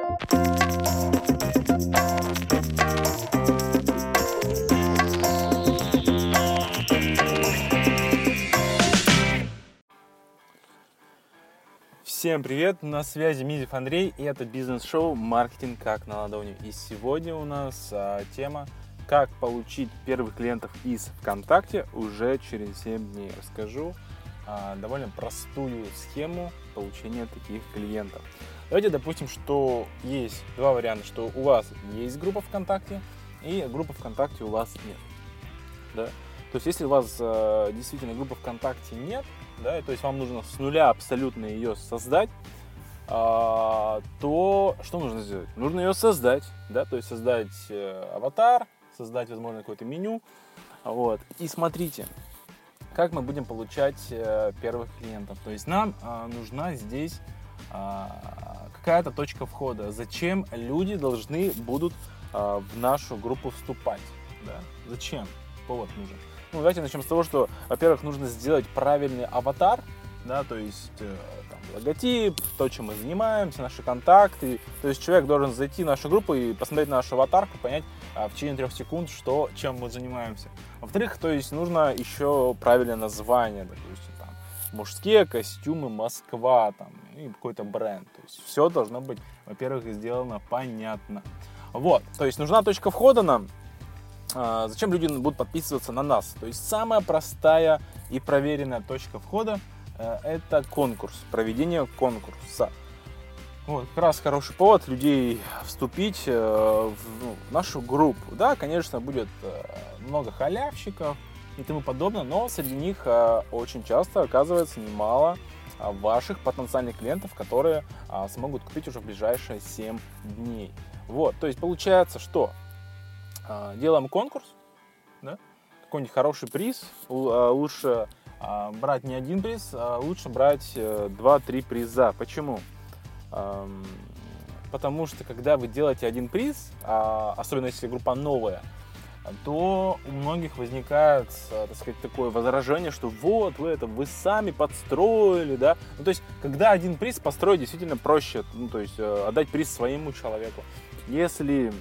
Всем привет, на связи Мизев Андрей, и это бизнес-шоу «Маркетинг как на ладони». И сегодня у нас тема «Как получить первых клиентов из ВКонтакте уже через 7 дней». Расскажу довольно простую схему получения таких клиентов. Давайте допустим, что есть два варианта, что у вас есть группа ВКонтакте и группа ВКонтакте у вас нет. Да? То есть если у вас действительно группы ВКонтакте нет, да, то есть вам нужно с нуля абсолютно ее создать, то что нужно сделать? Нужно ее создать, да, то есть создать аватар, создать, возможно, какое-то меню. Вот. И смотрите, как мы будем получать первых клиентов. То есть нам нужна здесь какая-то точка входа. Зачем люди должны будут в нашу группу вступать? Да? Зачем? Повод нужен. Ну, давайте начнем с того, что, во-первых, нужно сделать правильный аватар, да, то есть там, логотип, то, чем мы занимаемся, наши контакты. То есть человек должен зайти в нашу группу и посмотреть на нашу аватарку, понять в течение 3 секунд, чем мы занимаемся. Во-вторых, то есть нужно еще правильное название, допустим, там, мужские костюмы Москва, там, и какой-то бренд. То есть все должно быть, во-первых, сделано понятно. Вот, то есть нужна точка входа нам. Зачем люди будут подписываться на нас? То есть самая простая и проверенная точка входа это конкурс, проведение конкурса. Вот, как раз хороший повод людей вступить в нашу группу. Да, конечно, будет много халявщиков и тому подобное, но среди них очень часто оказывается немало ваших потенциальных клиентов, которые смогут купить уже в ближайшие 7 дней. Вот, то есть получается, что делаем конкурс, да? Какой-нибудь хороший приз, лучше брать не один приз, а лучше брать 2-3 приза. Почему? Потому что когда вы делаете один приз, особенно если группа новая, то у многих возникает, так сказать, такое возражение, что вот вы сами подстроили, да. Ну, то есть, когда один приз построить действительно проще, ну, то есть отдать приз своему человеку. Если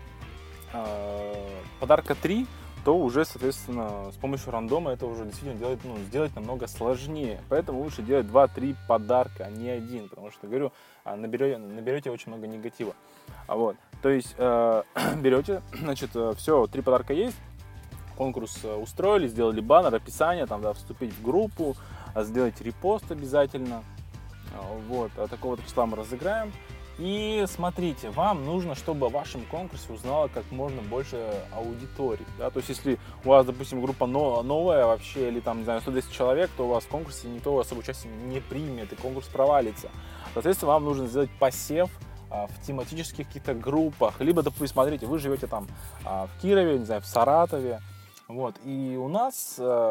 подарка 3, то уже, соответственно, с помощью рандома это уже действительно сделать намного сложнее. Поэтому лучше делать 2-3 подарка, а не один, потому что, говорю, наберете очень много негатива. Вот. То есть берете, значит, все, 3 подарка есть, конкурс устроили, сделали баннер, описание, там, да, вступить в группу, сделать репост обязательно. Вот, такого числа мы разыграем. И смотрите, вам нужно, чтобы о вашем конкурсе узнало как можно больше аудитории. Да? То есть, если у вас, допустим, группа новая вообще, или там, не знаю, 110 человек, то у вас в конкурсе никто особо участие не примет, и конкурс провалится. Соответственно, вам нужно сделать посев в тематических каких-то группах. Либо, допустим, смотрите, вы живете там в Кирове, не знаю, в Саратове. Вот, и у вас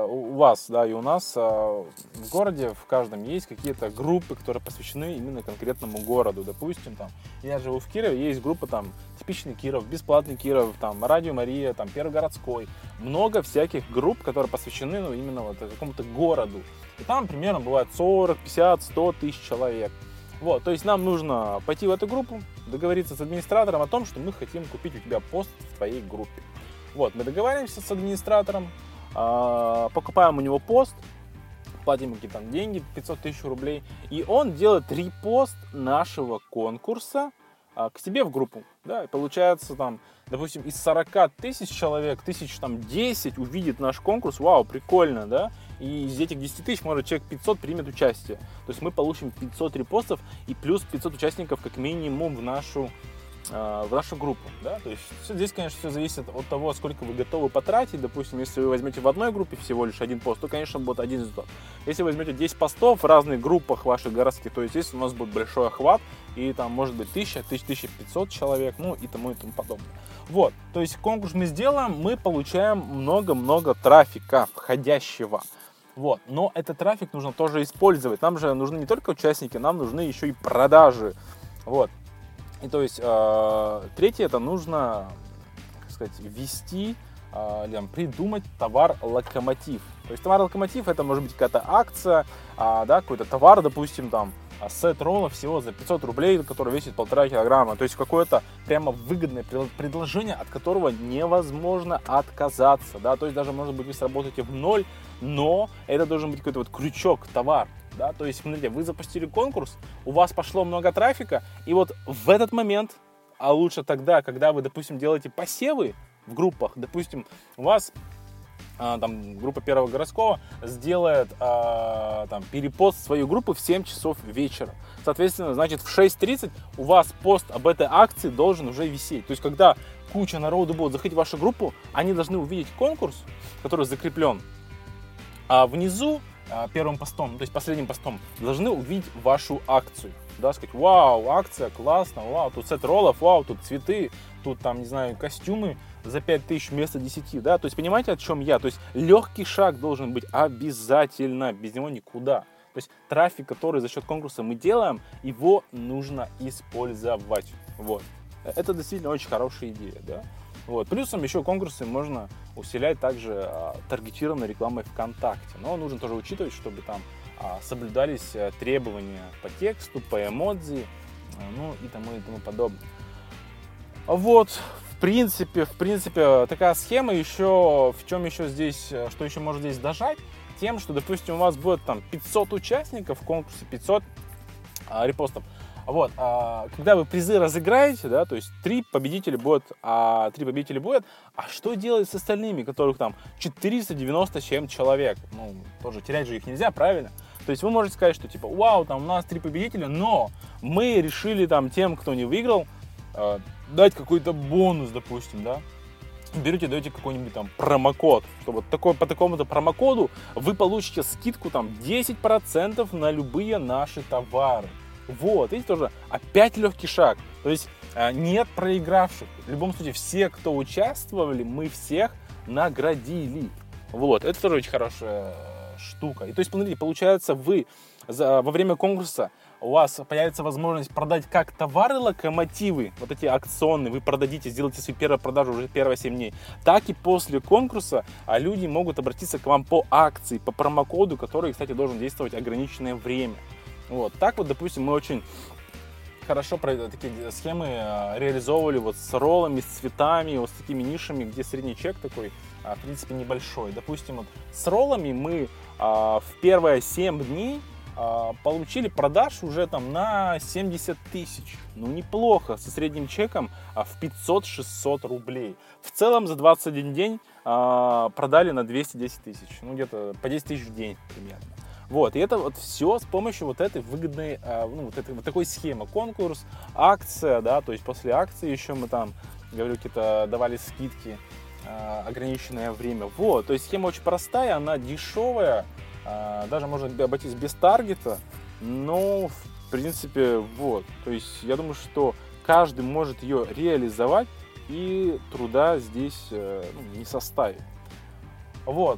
в городе, в каждом есть какие-то группы, которые посвящены именно конкретному городу. Допустим, там, я живу в Кирове, есть группа там типичный Киров, бесплатный Киров, там, Радио Мария, там, Первый городской. Много всяких групп, которые посвящены именно вот какому-то городу. И там примерно бывает 40, 50, 100 тысяч человек. Вот, то есть нам нужно пойти в эту группу, договориться с администратором о том, что мы хотим купить у тебя пост в твоей группе. Вот, мы договариваемся с администратором, покупаем у него пост, платим какие-то там деньги, 500 тысяч рублей, и он делает репост нашего конкурса к себе в группу. Да, и получается, там, допустим, из 40 тысяч человек, 10 увидит наш конкурс, вау, прикольно, да, и из этих 10 тысяч, может, человек 500 примет участие. То есть мы получим 500 репостов и плюс 500 участников как минимум в нашу группу, да, то есть здесь, конечно, все зависит от того, сколько вы готовы потратить. Допустим, если вы возьмете в одной группе всего лишь один пост, то, конечно, будет один результат. Если вы возьмете 10 постов в разных группах ваших городских, то, естественно, у нас будет большой охват, и там может быть 1500 человек, ну и тому подобное. Вот, то есть конкурс мы сделаем, мы получаем много-много трафика входящего. Вот, но этот трафик нужно тоже использовать. Нам же нужны не только участники, нам нужны еще и продажи. Вот. И то есть третье, это нужно, как сказать, ввести, придумать товар-локомотив. То есть товар-локомотив — это может быть какая-то акция, да, какой-то товар, допустим, там, сет роллов всего за 500 рублей, который весит 1,5 килограмма. То есть какое-то прямо выгодное предложение, от которого невозможно отказаться. Да? То есть даже, может быть, вы сработаете в ноль, но это должен быть какой-то вот крючок, товар. Да? То есть, смотрите, вы запустили конкурс, у вас пошло много трафика, и вот в этот момент, а лучше тогда, когда вы, допустим, делаете посевы в группах, допустим, у вас там группа Первого городского сделает там перепост в свою группу в 7 часов вечера. Соответственно, значит, в 6:30 у вас пост об этой акции должен уже висеть. То есть, когда куча народу будет заходить в вашу группу, они должны увидеть конкурс, который закреплен, а внизу первым постом, то есть последним постом, должны увидеть вашу акцию. Да, сказать: вау, акция, классно, вау, тут сет роллов, вау, тут цветы, тут там, не знаю, костюмы за 5000 вместо 10, да, то есть понимаете, о чем я? То есть легкий шаг должен быть обязательно, без него никуда. То есть трафик, который за счет конкурса мы делаем, его нужно использовать. Вот. Это действительно очень хорошая идея, да. Вот. Плюсом еще конкурсы можно усилять также таргетированной рекламой ВКонтакте. Но нужно тоже учитывать, чтобы там соблюдались требования по тексту, по эмодзи, ну и тому подобное. Вот, в принципе, такая схема. Еще, в чем еще здесь, что еще можно здесь дожать? Тем, что, допустим, у вас будет там 500 участников в конкурсе, 500 репостов. Вот, когда вы призы разыграете, да, то есть 3 победителя будет, а что делать с остальными, которых там 497 человек? Ну, тоже терять же их нельзя, правильно? То есть вы можете сказать, что типа, вау, там у нас 3 победителя, но мы решили там тем, кто не выиграл, дать какой-то бонус, допустим, да. Берете, даете какой-нибудь там промокод, что вот по такому-то промокоду вы получите скидку там 10% на любые наши товары. Вот, видите, тоже опять легкий шаг. То есть нет проигравших. В любом случае, все, кто участвовали, мы всех наградили. Вот, это тоже очень хорошая штука. И то есть, смотрите, получается, вы во время конкурса у вас появится возможность продать как товары, локомотивы, вот эти акционные, вы продадите, сделаете свою первую продажу уже первые 7 дней, так и после конкурса люди могут обратиться к вам по акции, по промокоду, который, кстати, должен действовать ограниченное время. Вот, так вот, допустим, мы очень хорошо такие схемы реализовывали вот с роллами, с цветами, вот с такими нишами, где средний чек такой, в принципе, небольшой. Допустим, вот с роллами мы в первые 7 дней получили продаж уже там на 70 тысяч. Ну, неплохо, со средним чеком в 500-600 рублей. В целом за 21 день продали на 210 тысяч. Ну, где-то по 10 тысяч в день примерно. Вот, и это вот все с помощью вот этой выгодной, вот такой схемы. Конкурс, акция, да, то есть после акции еще мы там, говорю, какие-то давали скидки, ограниченное время. Вот, то есть схема очень простая, она дешевая, даже можно обойтись без таргета, но в принципе, вот, то есть я думаю, что каждый может ее реализовать, и труда здесь не составит. Вот.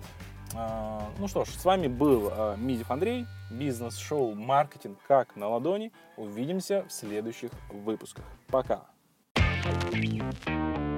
Ну что ж, с вами был Мизев Андрей, бизнес-шоу «Маркетинг как на ладони». Увидимся в следующих выпусках. Пока!